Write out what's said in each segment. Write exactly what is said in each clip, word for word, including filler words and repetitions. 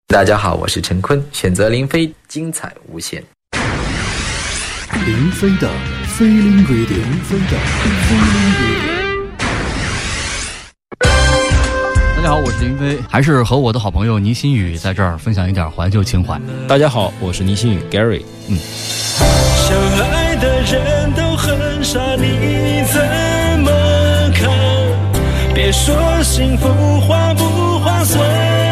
大家好，我是陈坤，选择林飞，精彩无限。 林飞的飞林 radio， 林飞的飞林 radio。 大家好，我是林飞，还是和我的好朋友倪新宇在这儿分享一点怀旧情怀。 大家好，我是倪新宇 Gary。嗯， 相爱的人都很傻，你怎么看？别说幸福划不划算。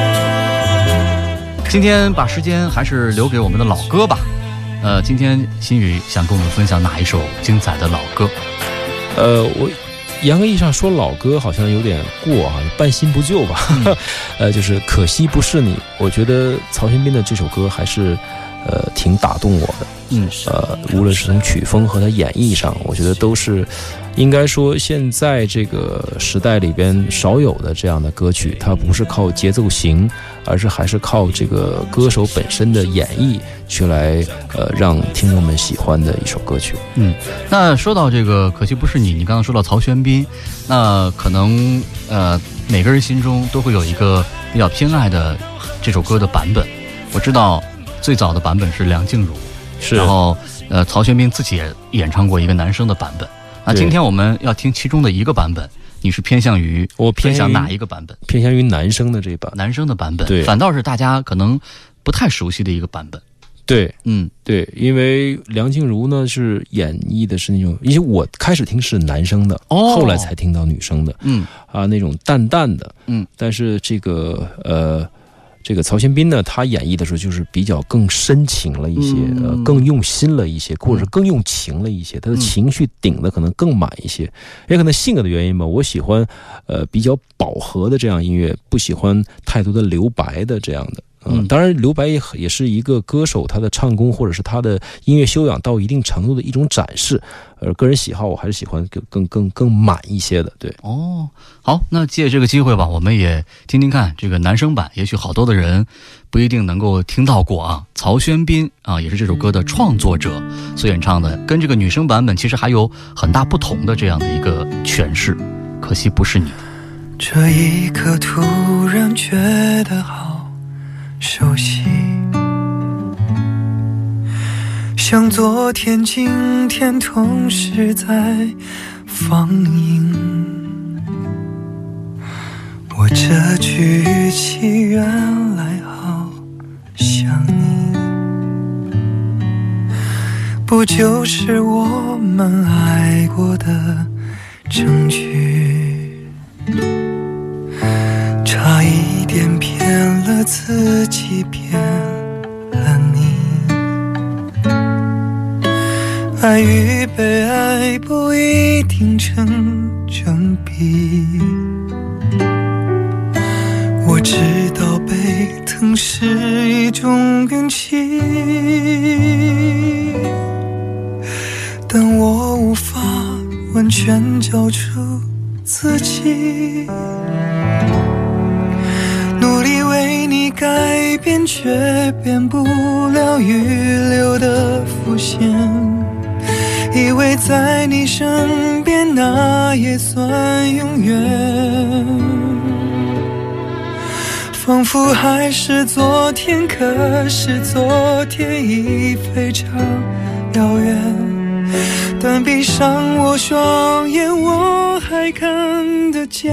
今天把时间还是留给我们的老歌吧。呃，今天新宇想跟我们分享哪一首精彩的老歌？ 呃，我严格意义上说老歌好像有点过哈，半新不旧吧。嗯、呃，就是可惜不是你。我觉得曹轩宾的这首歌还是呃挺打动我的。嗯，呃，无论是从曲风和他演绎上，我觉得都是应该说现在这个时代里边少有的这样的歌曲。它不是靠节奏型，而是还是靠这个歌手本身的演绎去来呃让听众们喜欢的一首歌曲。 嗯，那说到这个可惜不是你，你刚刚说到曹轩宾，那可能呃每个人心中都会有一个比较偏爱的这首歌的版本。我知道最早的版本是梁静茹， 是， 然后呃曹轩宾自己也演唱过一个男生的版本。那今天我们要听其中的一个版本，你是偏向于我偏向哪一个版本？ 偏向于男生的这版， 男生的版本， 对， 反倒是大家可能不太熟悉的一个版本。 对， 嗯， 对，因为梁静茹呢是演绎的是那种，因为我开始听是男生的，哦，后来才听到女生的，嗯，啊那种淡淡的，嗯，但是这个呃。这个曹轩宾呢，他演绎的时候就是比较更深情了一些，嗯、呃，更用心了一些，或者是更用情了一些，他的情绪顶的可能更满一些，嗯、也可能性格的原因吧。我喜欢，呃，比较饱和的这样音乐，不喜欢太多的留白的这样的。嗯，当然留白也也是一个歌手他的唱功或者是他的音乐修养到一定程度的一种展示。呃，个人喜好我还是喜欢更更更更满一些的。对， 哦，好，那借这个机会吧，我们也听听看这个男生版，也许好多的人不一定能够听到过啊。曹轩宾啊，也是这首歌的创作者所演唱的，跟这个女生版本其实还有很大不同的这样的一个诠释。可惜不是你。 这一刻突然觉得好熟悉，像昨天今天同时在放映。我这句语气原来好像你，不就是我们爱过的证据？差一点骗了自己，骗了你。爱与被爱不一定成正比，我知道被疼是一种运气，但我无法完全交出自己，努力为你改变，却变不了预留的伏线，以为在你身边那也算永远，仿佛还是昨天，可是昨天已非常遥远，但闭上我双眼我还看得见。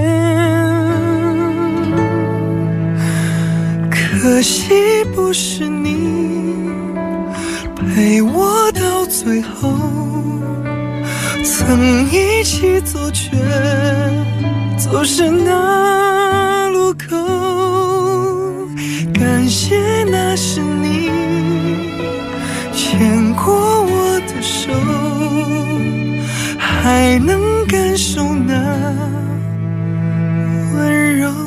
可惜不是你陪我到最后，曾一起走却走失那路口，感谢那是你牵过我的手，还能感受那温柔。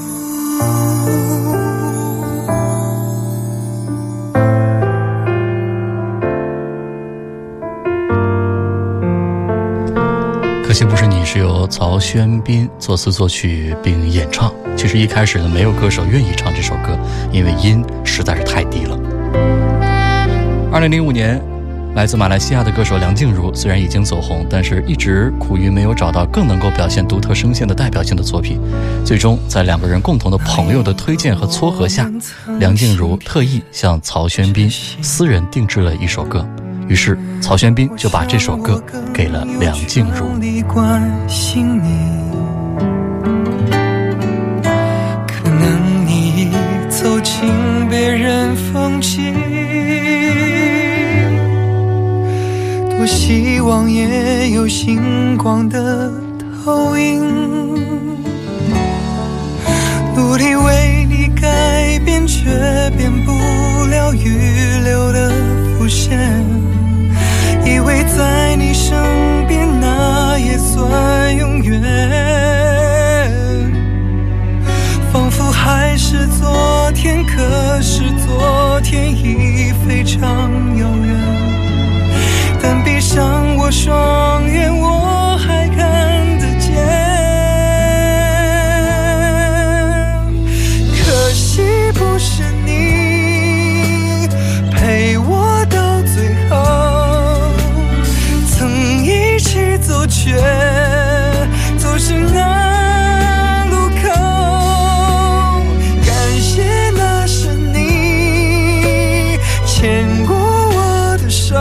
可惜不是你是由曹轩宾作词作曲并演唱，其实一开始呢没有歌手愿意唱这首歌，因为音实在是太低了。二零零五年来自马来西亚的歌手梁静茹，虽然已经走红，但是一直苦于没有找到更能够表现独特声线的代表性的作品。最终在两个人共同的朋友的推荐和撮合下，梁静茹特意向曹轩宾私人定制了一首歌，于是曹轩宾就把这首歌给了梁静茹。 可能你走进别人风景，多希望也有星光的投影，努力为你改变，却变不了预留的伏线，以为在你身边那也算永远，仿佛还是昨天，可是昨天已非常遥远，但闭上我双眼，我还看得见。可惜不是你陪我到最后，曾一起走却走失那路口，感谢那是你牵过我的手，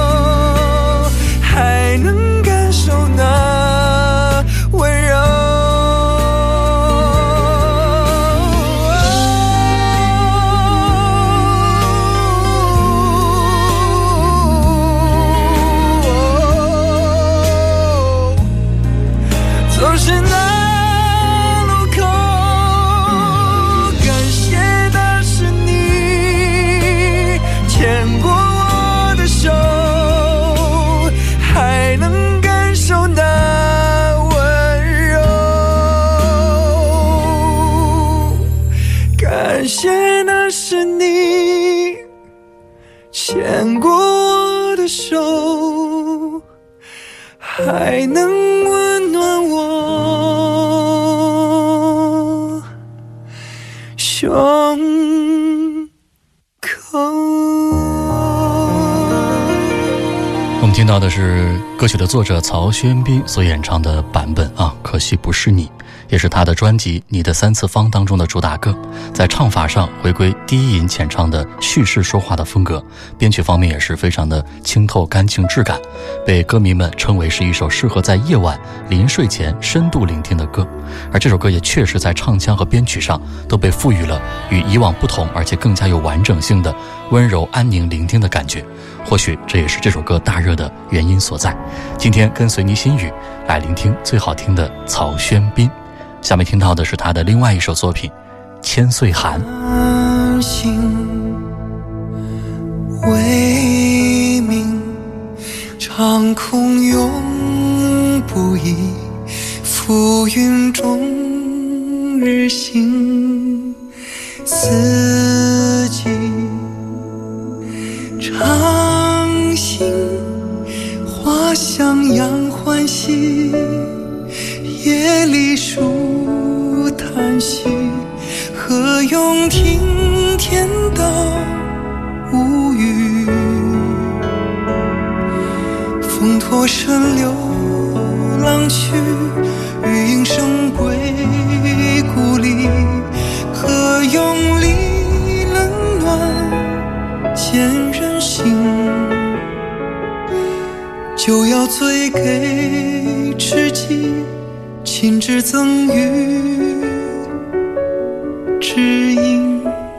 还能感受那温柔。总是那路口，感谢的是你牵过我的手，还能感受那温柔，感谢那是你牵过我的手，还能温暖我胸口。 我们听到的是歌曲的作者曹轩宾所演唱的版本啊，可惜不是你，也是他的专辑《你的三次方》当中的主打歌，在唱法上回归低吟浅唱的叙事说话的风格，编曲方面也是非常的清透干净质感，被歌迷们称为是一首适合在夜晚临睡前深度聆听的歌。而这首歌也确实在唱腔和编曲上都被赋予了与以往不同而且更加有完整性的温柔安宁聆听的感觉，或许这也是这首歌大热的原因所在。今天跟随你心语来聆听最好听的曹轩宾，下面听到的是他的另外一首作品《千岁寒》。 安心为民，长空永不移，浮云中日行，四季长行，花香扬欢喜，夜里数叹息，何用听天道无语，风驼声流浪去，余音声归故里，何用理冷暖见人心，就要醉给知己，亲自赠予知音。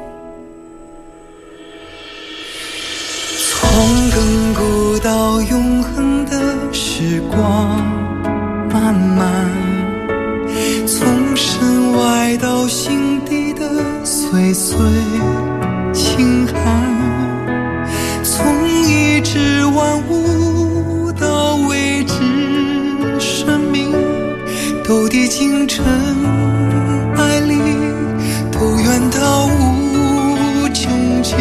从亘古到永恒的时光漫漫，从身外到心底的岁岁轻寒，从已知万物到未知生命，都递进尘埃里，都远到无穷尽。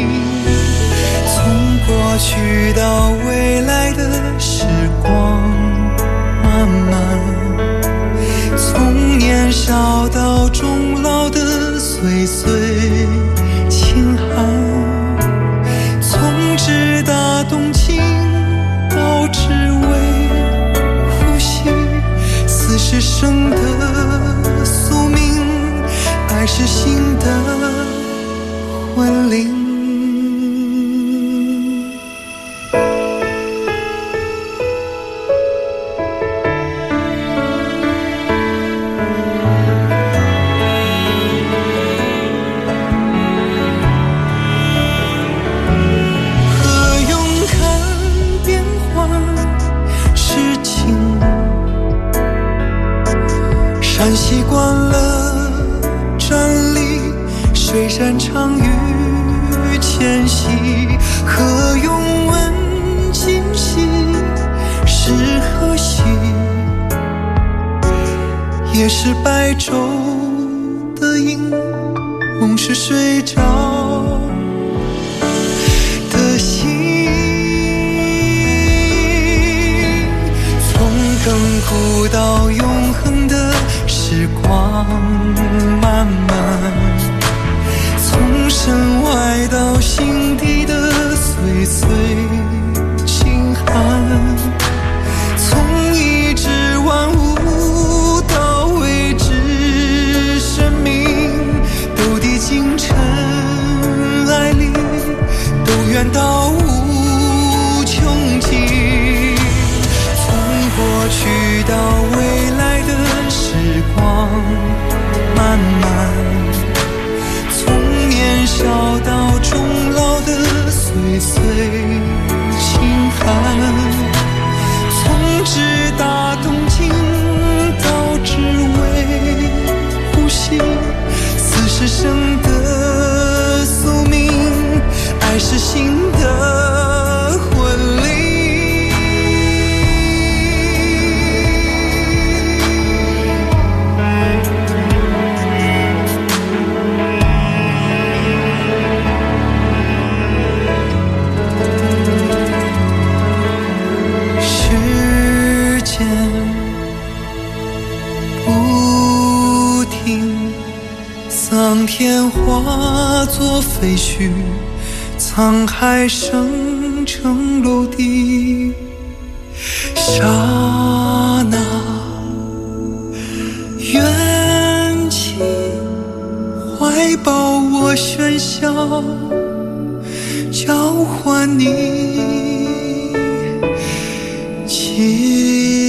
从过去到未来的时光漫漫，从年少到终老的岁岁轻寒，从直达动情年龄。山习惯了站立，水山长于迁徙，何用问今夕是何夕？夜是白昼的影，梦是睡着的心。从亘古到永恒的时光漫漫，从身外到心底的岁岁轻寒，从已知万物到未知生命，都递进尘埃里，都远到无穷尽。从过去到未来的时光漫漫，从年少到终老的岁岁轻寒，从直达动静到只为呼吸，死是生的宿命，爱是心的婚礼。桑田化作废墟，沧海生成楼梯，刹那缘起，怀抱我喧嚣，交换你情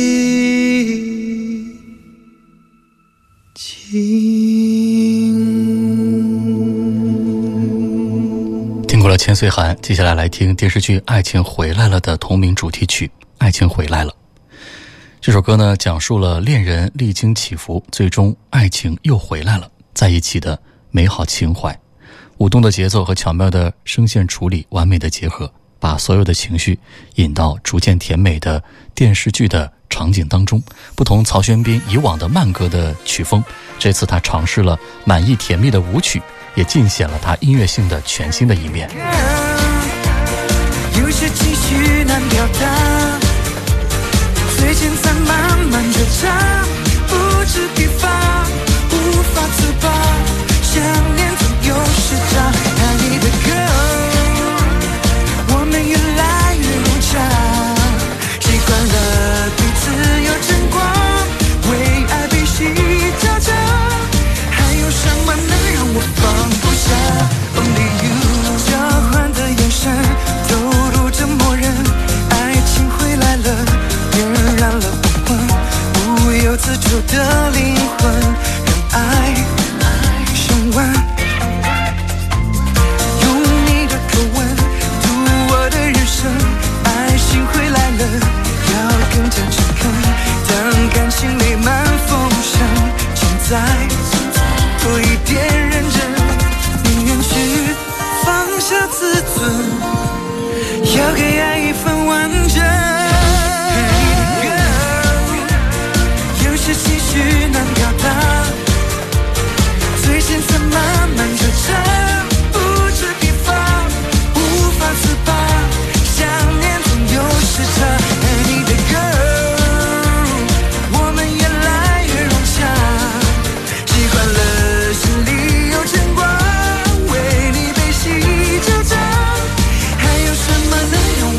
千岁寒，接下来来听电视剧《爱情回来了》的同名主题曲《爱情回来了》。这首歌呢，讲述了恋人历经起伏，最终爱情又回来了，在一起的美好情怀。舞动的节奏和巧妙的声线处理完美的结合，把所有的情绪引到逐渐甜美的电视剧的场景当中。不同曹轩宾以往的慢歌的曲风，这次他尝试了满意甜蜜的舞曲，也尽显了他音乐性的全新的一面。 有些情绪难表达，最近在慢慢觉察，不知疲乏，无法自拔，想念总有时差。爱你的歌，我们越来越融洽，习惯了彼此有争光，为爱悲喜交加，还有什么能让我放不下 Only you， 交换的眼神透露着默认，爱情回来了，点燃了黄昏，不由自主的灵魂，让爱升温，用你的口吻读我的人生，爱情回来了，要更加诚恳，当感情里满风声，现在多一点认真，宁愿去放下自尊，要给爱一份完整。有些情绪难表达，最近在慢慢觉察，不知疲乏，无法自拔，想念总有时差。爱你的歌，我们越来越融洽，习惯了心里有牵挂，为你悲喜交加，还有什么能让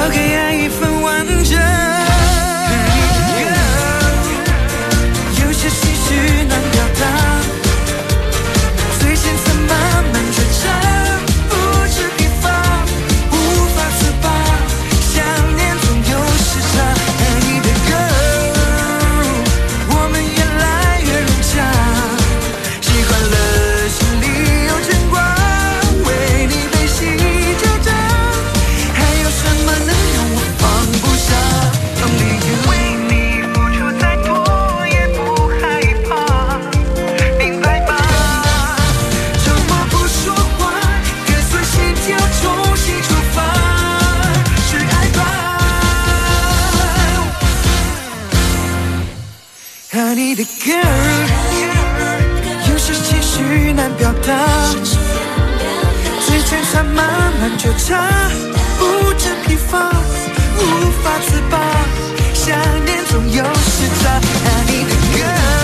要给爱一份完整。有些心事难表达，最现在慢慢觉察，不知疲乏，无法自拔，想念总有时差。爱你的歌，我们越来越融洽，习惯了心里有牵挂，为你悲喜交加，还有什么能让我放不下 Only you， 为你付出再多也不害怕，明白吗？沉默不说话，跟随心跳重新出发，去爱吧。爱你的歌，有些情绪难表达，最近才慢慢觉察，不知疲乏，无法自拔，想念总有时差。爱你的歌，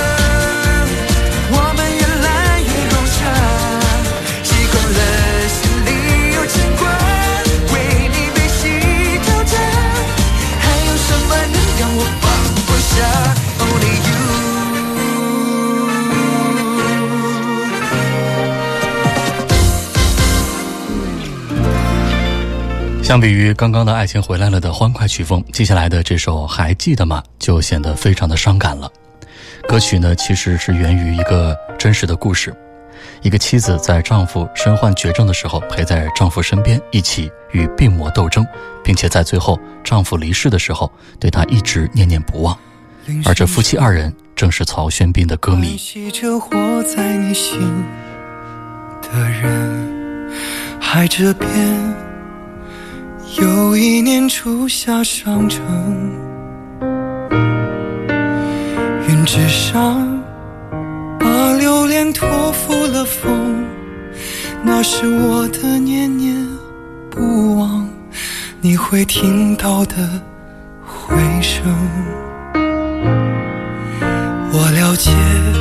我们越来越融洽，习惯了心里有牵挂，为你悲喜交加，还有什么能让我放不下 Only you。 相比于刚刚的爱情回来了的欢快曲风，接下来的这首还记得吗就显得非常的伤感了。歌曲呢其实是源于一个真实的故事，一个妻子在丈夫身患绝症的时候陪在丈夫身边，一起与病魔斗争，并且在最后丈夫离世的时候对她一直念念不忘。而这夫妻二人正是曹轩宾的歌迷。 关系着活在你心的人，海这边有一年初夏上城，云之上把榴莲托付了风，那是我的念念不忘，你会听到的回声。我了解，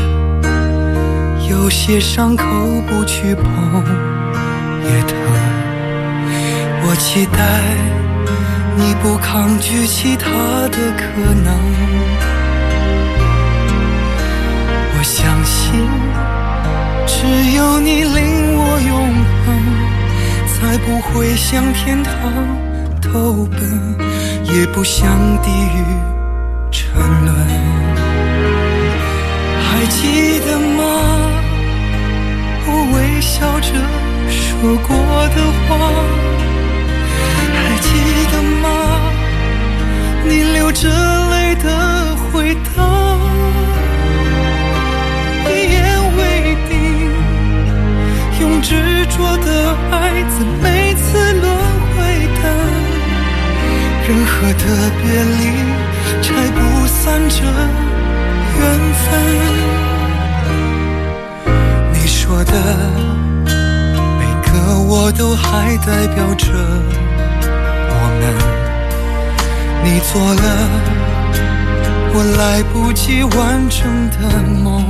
有些伤口不去碰也疼，我期待你不抗拒其他的可能。我相信只有你令我永恒，才不会向天堂投奔，也不向地狱沉沦。还记得吗？我微笑着说过的话，还记得吗？你流着泪的回答，一言为定，用执着的爱在每次轮回的，任何的别离拆不散这缘分。你说的每个我都还代表着我们，你做了我来不及完整的梦，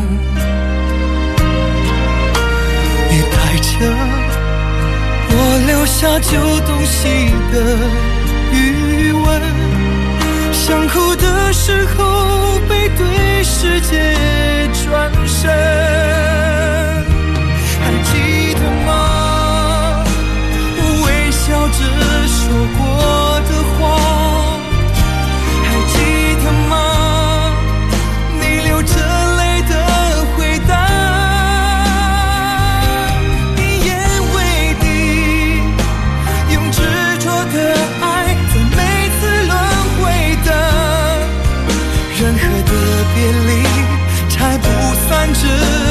你带着我留下旧东西的余温，想哭的时候背对世界转身。还记得吗？我微笑着说过的话，还记得吗？你流着泪的回答，一言为定，用执着的爱在每次轮回的，任何的别离拆不散这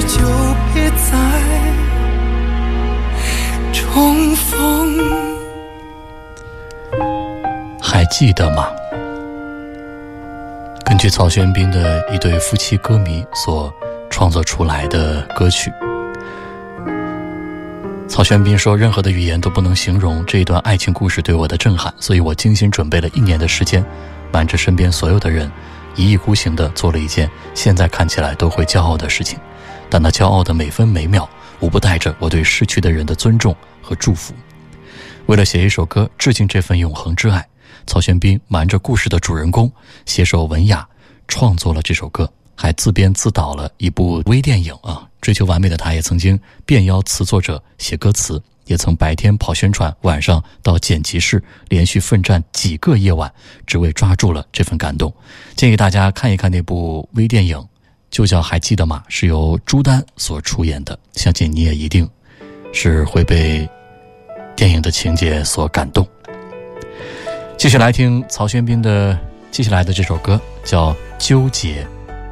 就别再重逢。 还记得吗？根据曹轩宾的一对夫妻歌迷所创作出来的歌曲，曹轩宾说，任何的语言都不能形容这一段爱情故事对我的震撼，所以我精心准备了一年的时间，瞒着身边所有的人，一意孤行地做了一件现在看起来都会骄傲的事情，但那骄傲的每分每秒无不带着我对逝去的人的尊重和祝福。为了写一首歌致敬这份永恒之爱，曹轩宾瞒着故事的主人公，携手文雅创作了这首歌，还自编自导了一部微电影啊。追求完美的他也曾经便邀词作者写歌词，也曾白天跑宣传，晚上到剪辑室连续奋战几个夜晚，只为抓住了这份感动。建议大家看一看那部微电影，就叫《还记得吗》，是由朱丹所出演的，相信你也一定是会被电影的情节所感动。继续来听曹轩宾的接下来的这首歌，叫《纠结》。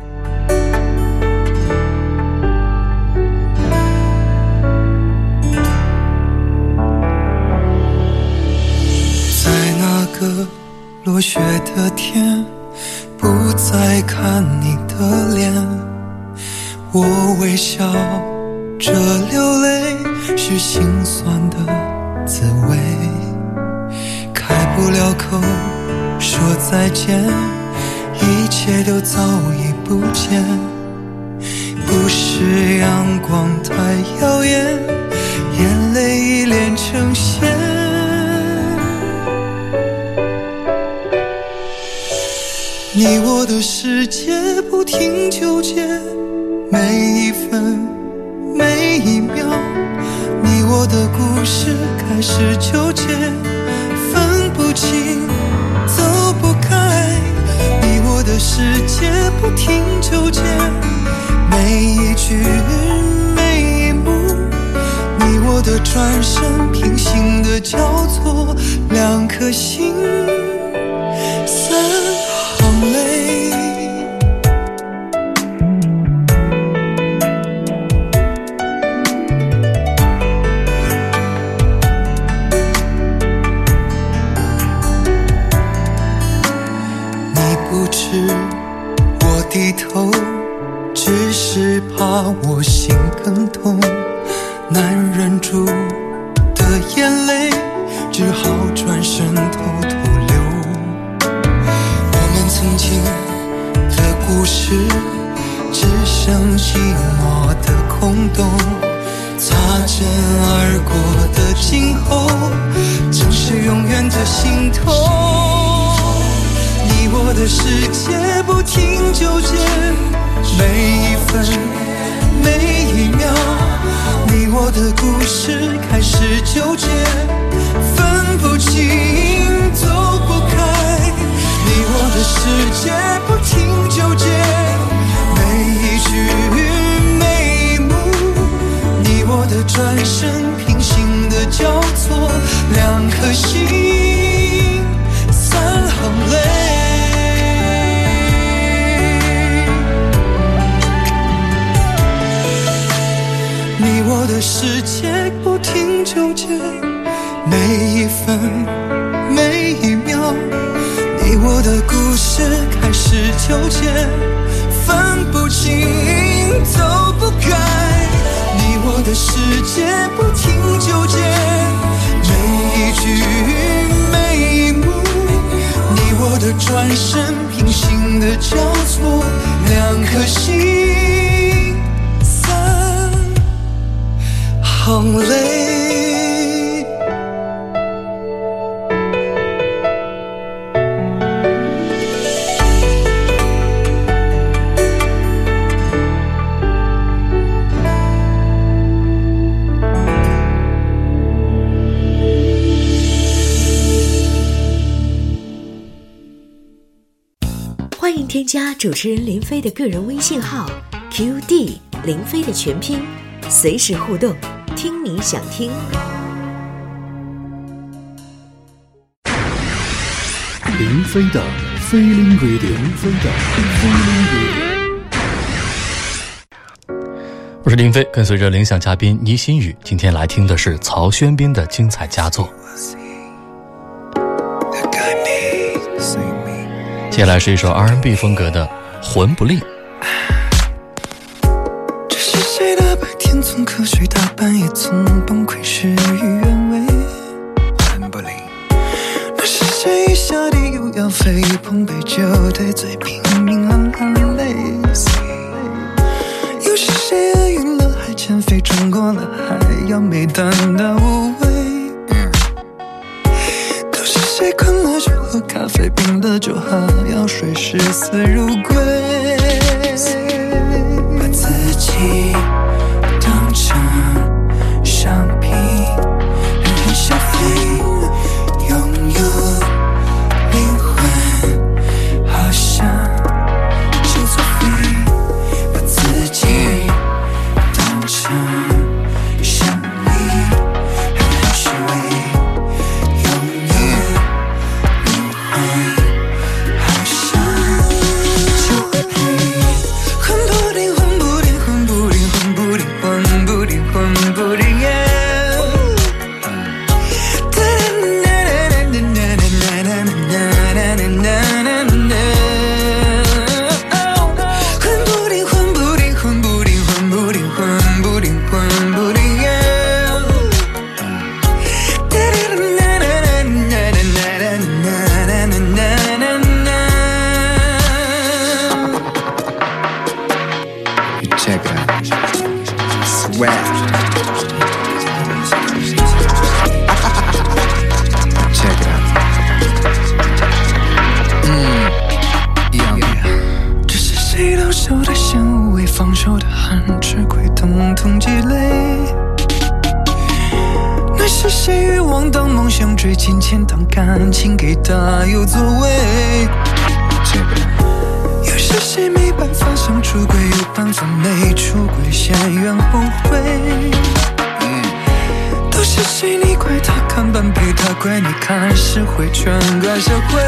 在那个落雪的天，不再看你的脸，我微笑着流泪，是心酸的滋味。开不了口说再见，一切都早已不见。不是阳光太耀眼，眼泪已连成线。你我的世界不停纠结，每一分每一秒，你我的故事开始纠结，分不清走不开。你我的世界不停纠结，每一句每一幕，你我的转身平行的交错，两颗心三行泪。你不知我低头，只是怕我心更痛，难忍住的眼泪，只好转身偷偷流。我们曾经的故事，只剩寂寞的空洞，擦肩而过的今后，正是永远的心痛。你我的世界不停纠结，每一分每一秒，你我的故事开始纠结，分不清走不开。你我的世界不停纠结，每一句每一幕，你我的转身平行的交错，两颗心三行泪。你我的世界不停纠结，每一分每一秒，你我的故事开始纠结，分不清走不开。你我的世界不停纠结，每一句每一幕，你我的转身平行的交错，两颗心三行泪。 欢迎添加主持人林飞的个人微信号 Q D 林飞的全拼，随时互动，听你想听。 林飞的飞林 radio， 林飞的飞林 radio。 我是林飞，跟随着铃响嘉宾倪新宇，今天来听的是曹轩宾的精彩佳作。接下来是一首 R and B 风格的《魂不吝》。 这是谁的白天从瞌睡到半夜，从崩溃事与愿违？魂不吝。那是谁下地又要飞，碰杯酒对嘴，拼命浪含泪。又是谁饿晕了还欠飞，冲过了还要没淡淡无味？都是谁困了就喝咖啡，冰了就还要睡，视死如归。把自己当成商品，任人消费，拥有灵魂，好像就作废。把自己当成胜利，任人虚伪，拥有灵魂，好像就会配。魂不吝，魂不吝，魂不吝，魂不吝，魂不吝，魂不吝。Check it out. Swag. Check it out. 嗯 ，Yeah yeah。这是谁到手的线，无谓放手的汗，吃亏统统积累。那是谁欲望当梦想追，金钱当感情给大有作为。Check it out。是谁没办法想出轨，有办法没出轨，先怨后悔。都是谁你怪他看般配，他怪你看社会，全怪社会。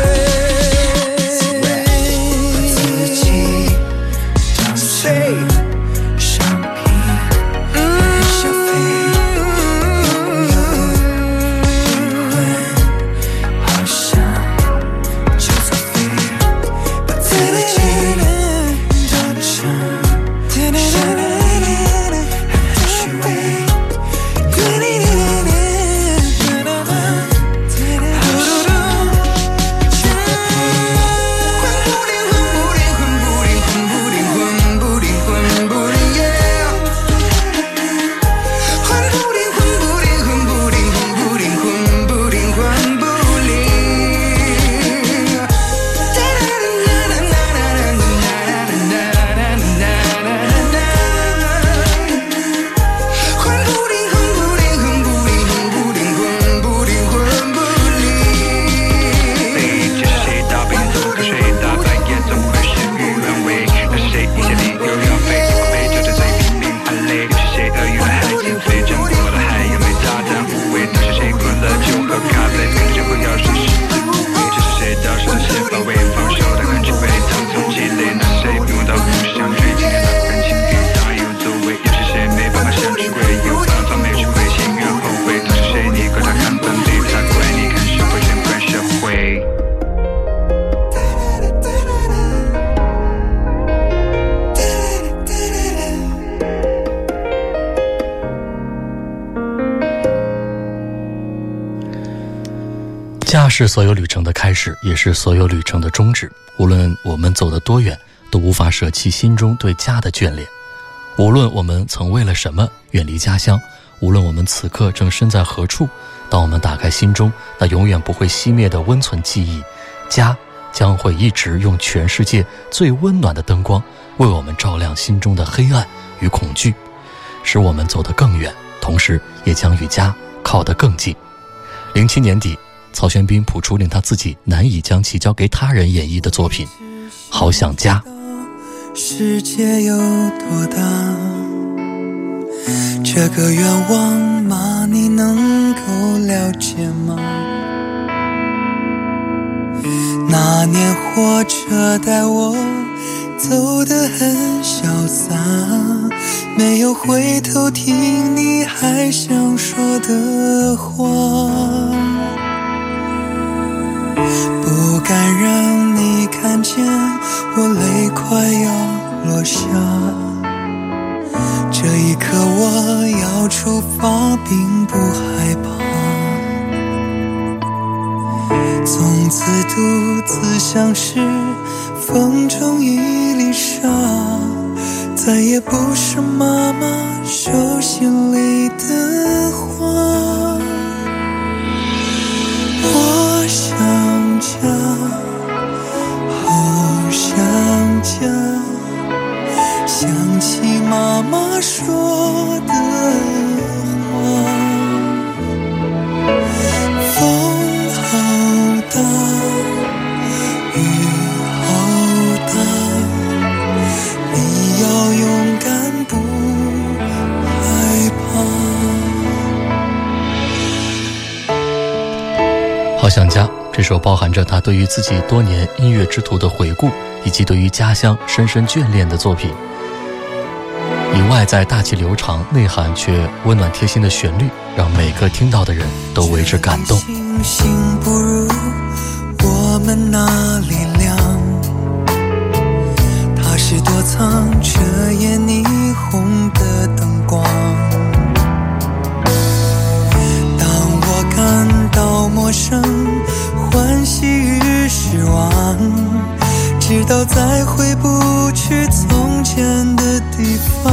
把自己当谁商品，任人消费，拥有灵魂，好像就作废。把自己家是所有旅程的开始，也是所有旅程的终止。无论我们走得多远，都无法舍弃心中对家的眷恋。无论我们曾为了什么远离家乡，无论我们此刻正身在何处，当我们打开心中那永远不会熄灭的温存记忆，家将会一直用全世界最温暖的灯光为我们照亮心中的黑暗与恐惧，使我们走得更远，同时也将与家靠得更近。零七年底，曹轩宾谱出令他自己难以将其交给他人演绎的作品《好想家》。 世界有多大？这个愿望吗？你能够了解吗？那年火车带我走得很潇洒， 没有回头听你还想说的话，不敢让你看见我泪快要落下，这一刻我要出发并不害怕，从此独自像是风中一粒沙，再也不是妈妈手心里的花。我想家，好想家，想起妈妈说的话。风好大，雨好大，你要勇敢不害怕。好想家，这首包含着他对于自己多年音乐之途的回顾，以及对于家乡深深眷恋的作品。以外在大气流长、内涵却温暖贴心的旋律，让每个听到的人都为之感动。 星星不如我们那里亮，它是躲藏着夜霓虹的灯光。当我感到陌生、欢喜与失望，直到再回不去从前的地方。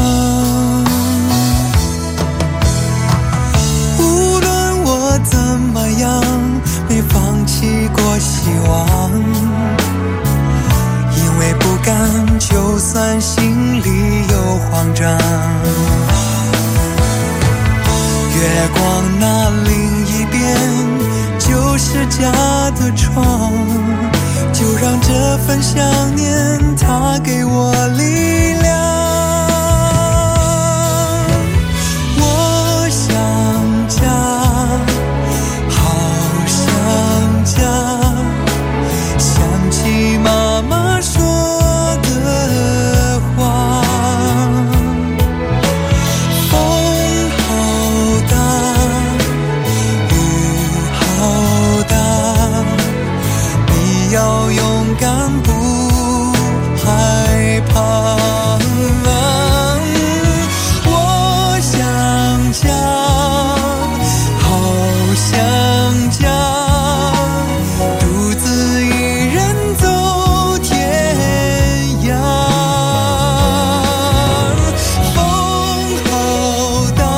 无论我怎么样，没放弃过希望，因为不甘，就算心里有慌张。月光那另一边，就是家的窗，就让这份想念它给我力量。我想家，好想家，想起妈妈说的话。风好大，雨好大，你要勇敢不害怕。我想家，好想家，独自一人走天涯。风好大，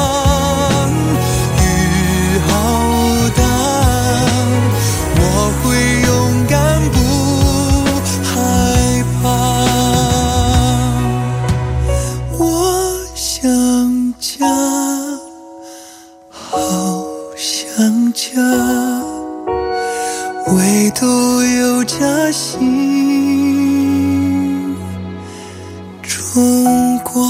雨好大，我会勇敢不害怕。我想家，好想家，唯独有家心中挂。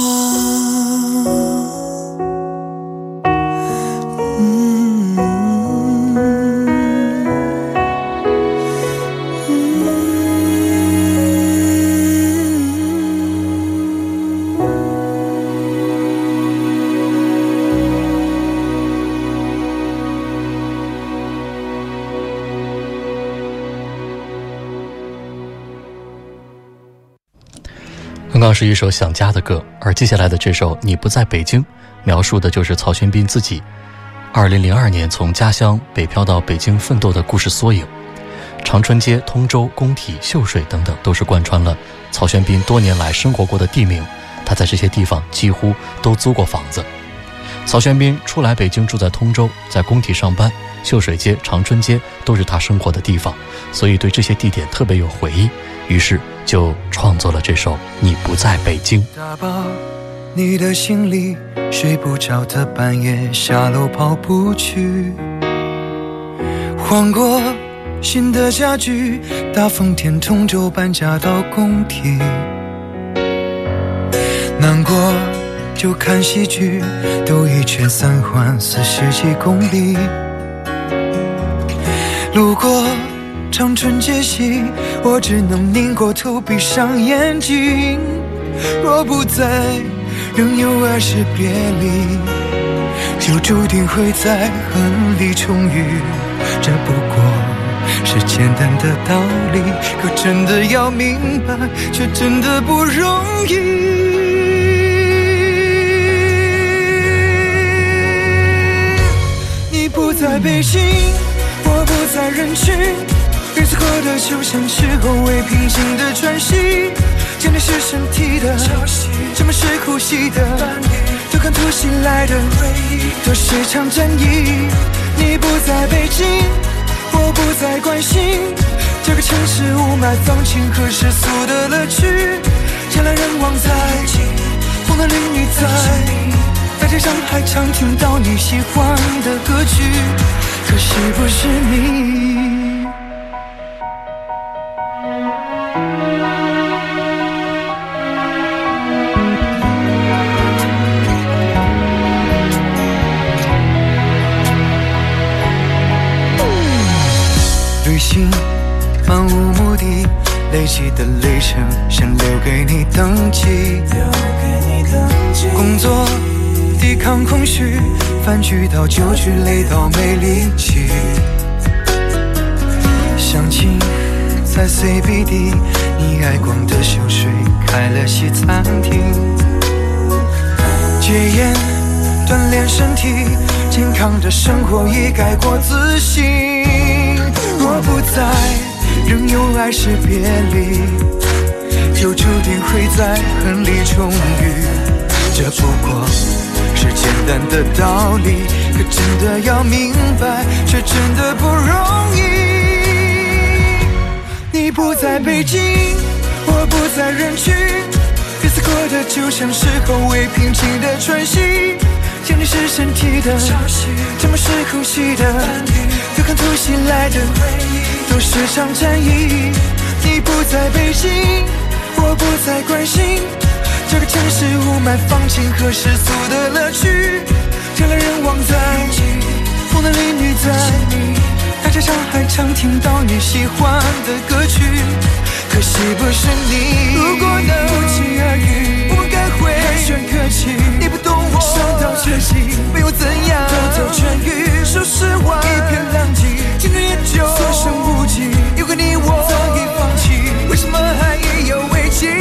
刚刚是一首想家的歌，而接下来的这首你不在北京，描述的就是曹轩宾自己二零零二年从家乡北漂到北京奋斗的故事缩影。长春街、通州、工体、秀水等等，都是贯穿了曹轩宾多年来生活过的地名，他在这些地方几乎都租过房子。曹轩宾初来北京住在通州，在工体上班，秀水街、长春街都是他生活的地方，所以对这些地点特别有回忆，于是就创作了这首《你不在北京》。 打包你的行李，睡不着的半夜下楼跑步去，换过新的家具，大风天通州搬家到工体，难过就看戏剧，兜一圈三环四十几公里，路过长春街西，我只能拧过头闭上眼睛，若不在仍有爱是别离，就注定会在恨里重遇。这不过是简单的道理，可真的要明白，却真的不容易。你不在北京，我不在人群，日子过得就像是后未平静的喘息，想你是身体的潮汐，这么是呼吸的伴侣，对抗突袭来的回忆，都是场战役。你不在北京，我不再关心这个城市雾霾、放晴和世俗的乐趣，人来人往在，风男绿女在，大街上还常听到你喜欢的歌曲，可惜不是你。旅行漫无目的，累积的里程先留给你登记。工作抵抗空虚，饭局到酒局累到没力气。相亲在 C B D， 你爱逛的秀水开了西餐厅。戒烟锻炼身体，健康的生活已改过自新。我不在，仍有爱是别离，就注定会在恨里重遇。这不过是简单的道理，可真的要明白，却真的不容易。你不在北京，我不在人群，日子过得就像是后未平静的喘息，想你是身体的潮汐，这么是呼吸的伴侣，对抗突袭来的回忆，都是场战役。你不在北京，我不再关心这个城市雾霾、放晴和世俗的乐趣，人来人往在，风男绿女在，大街上还常听到你喜欢的歌曲，可惜不是你。如果能不期而遇，我们该会寒暄客气，你不懂我伤到缺席，没有怎样得到痊愈，说实话一片狼藉，青春也就所剩无几，有个你我早已放弃，为什么还意犹未尽？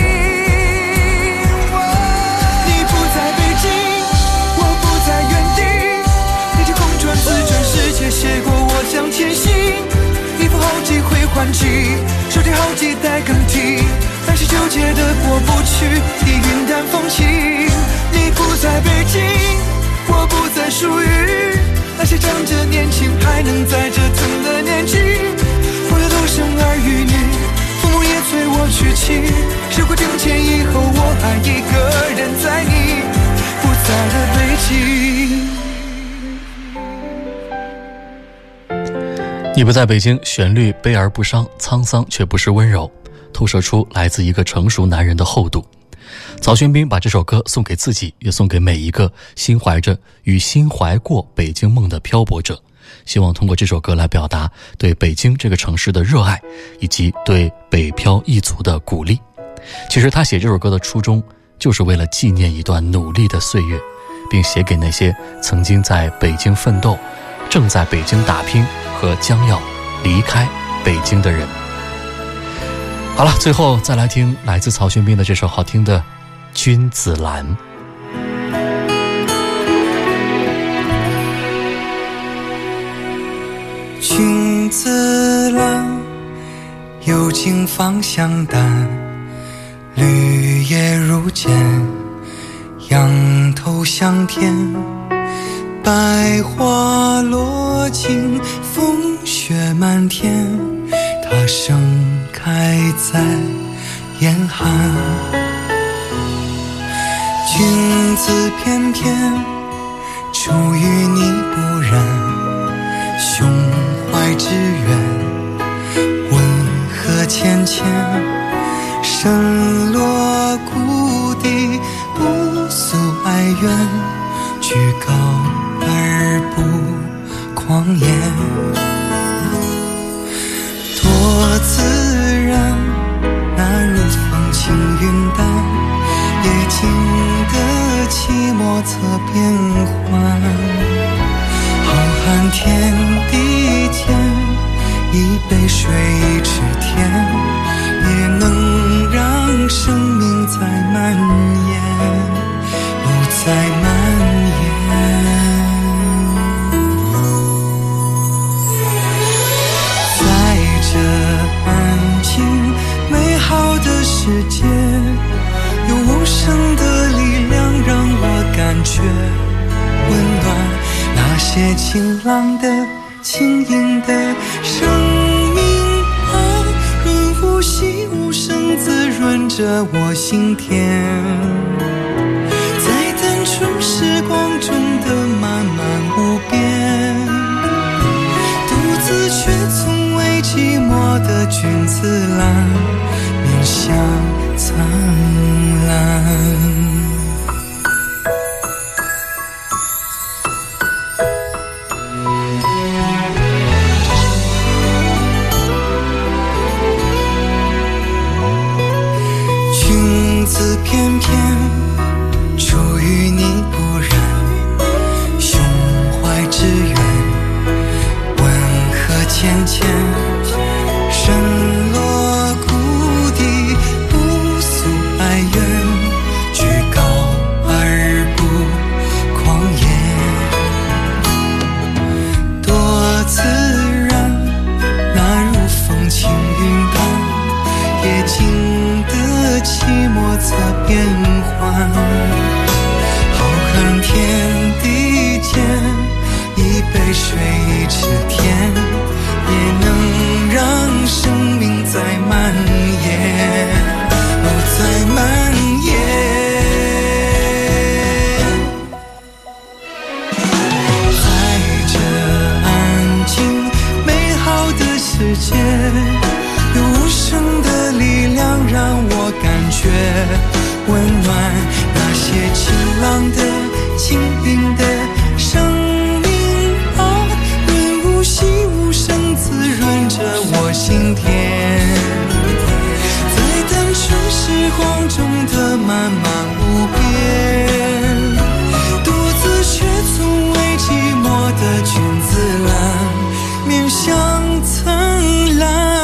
你不在北京，我不在原地，你就空转自转世界，写过我将前行，一副好几回还击，手提好几代更替，但是纠结的过不去，地云淡风轻。你不在北京，我不再属于那些长着年轻还能在折腾的年纪，朋友都生儿育女，父母也催我娶妻，时过境迁以后，我还一个人在你不在的北京。你不在北京，旋律悲而不伤，沧桑却不是温柔，透射出来自一个成熟男人的厚度。曹轩宾把这首歌送给自己，也送给每一个心怀着与心怀过北京梦的漂泊者，希望通过这首歌来表达对北京这个城市的热爱，以及对北漂一族的鼓励。其实他写这首歌的初衷就是为了纪念一段努力的岁月，并写给那些曾经在北京奋斗，正在北京打拼和将要离开北京的人。好了，最后再来听来自曹轩宾的这首好听的《君子兰》。 君子兰，幽静芳香淡，绿叶如剑，仰头向天，百花落尽，风雪漫天，它盛开在严寒。君子翩翩，出淤泥不染，胸怀之远，温和浅浅，深落谷底，不诉哀怨，居高而不狂言，多自然，那如风轻云淡，也经得寂寞侧变幻，浩瀚天地间，一杯水一池甜，也能让生命在蔓延，哦，在蔓延。在这安静美好的世界，有无声的力量让我感觉温暖，那些晴朗的轻盈的生命啊，润物细无声滋润着我心田，在单纯时光中的漫漫无边，独自却从未寂寞的君子兰，面向灿烂。君子翩翩，出淤泥不染，胸怀之远，温和浅浅，深落谷底，不诉哀怨，居高而不狂野，多自然，那如风轻云淡，也经得寂寞侧变幻，浩瀚天地间，一杯水一池甜，也能让生命在蔓延，哦，在蔓延。在这安静美好的世界，有无声的力量让我感觉温暖，那些晴朗的轻盈的生命啊，润物细无声滋润着我心田，在单纯时光中的漫漫无边，独自却从未寂寞的君子兰，面向灿烂。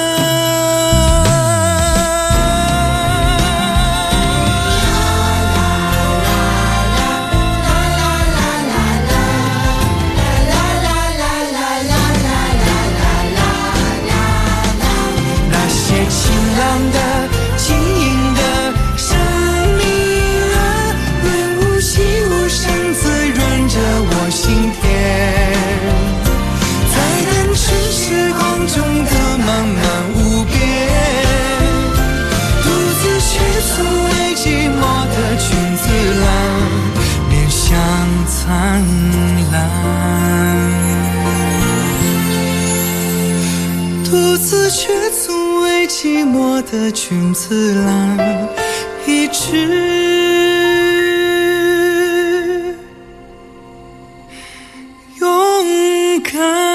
灿烂，独自却从未寂寞的君子兰，一直勇敢。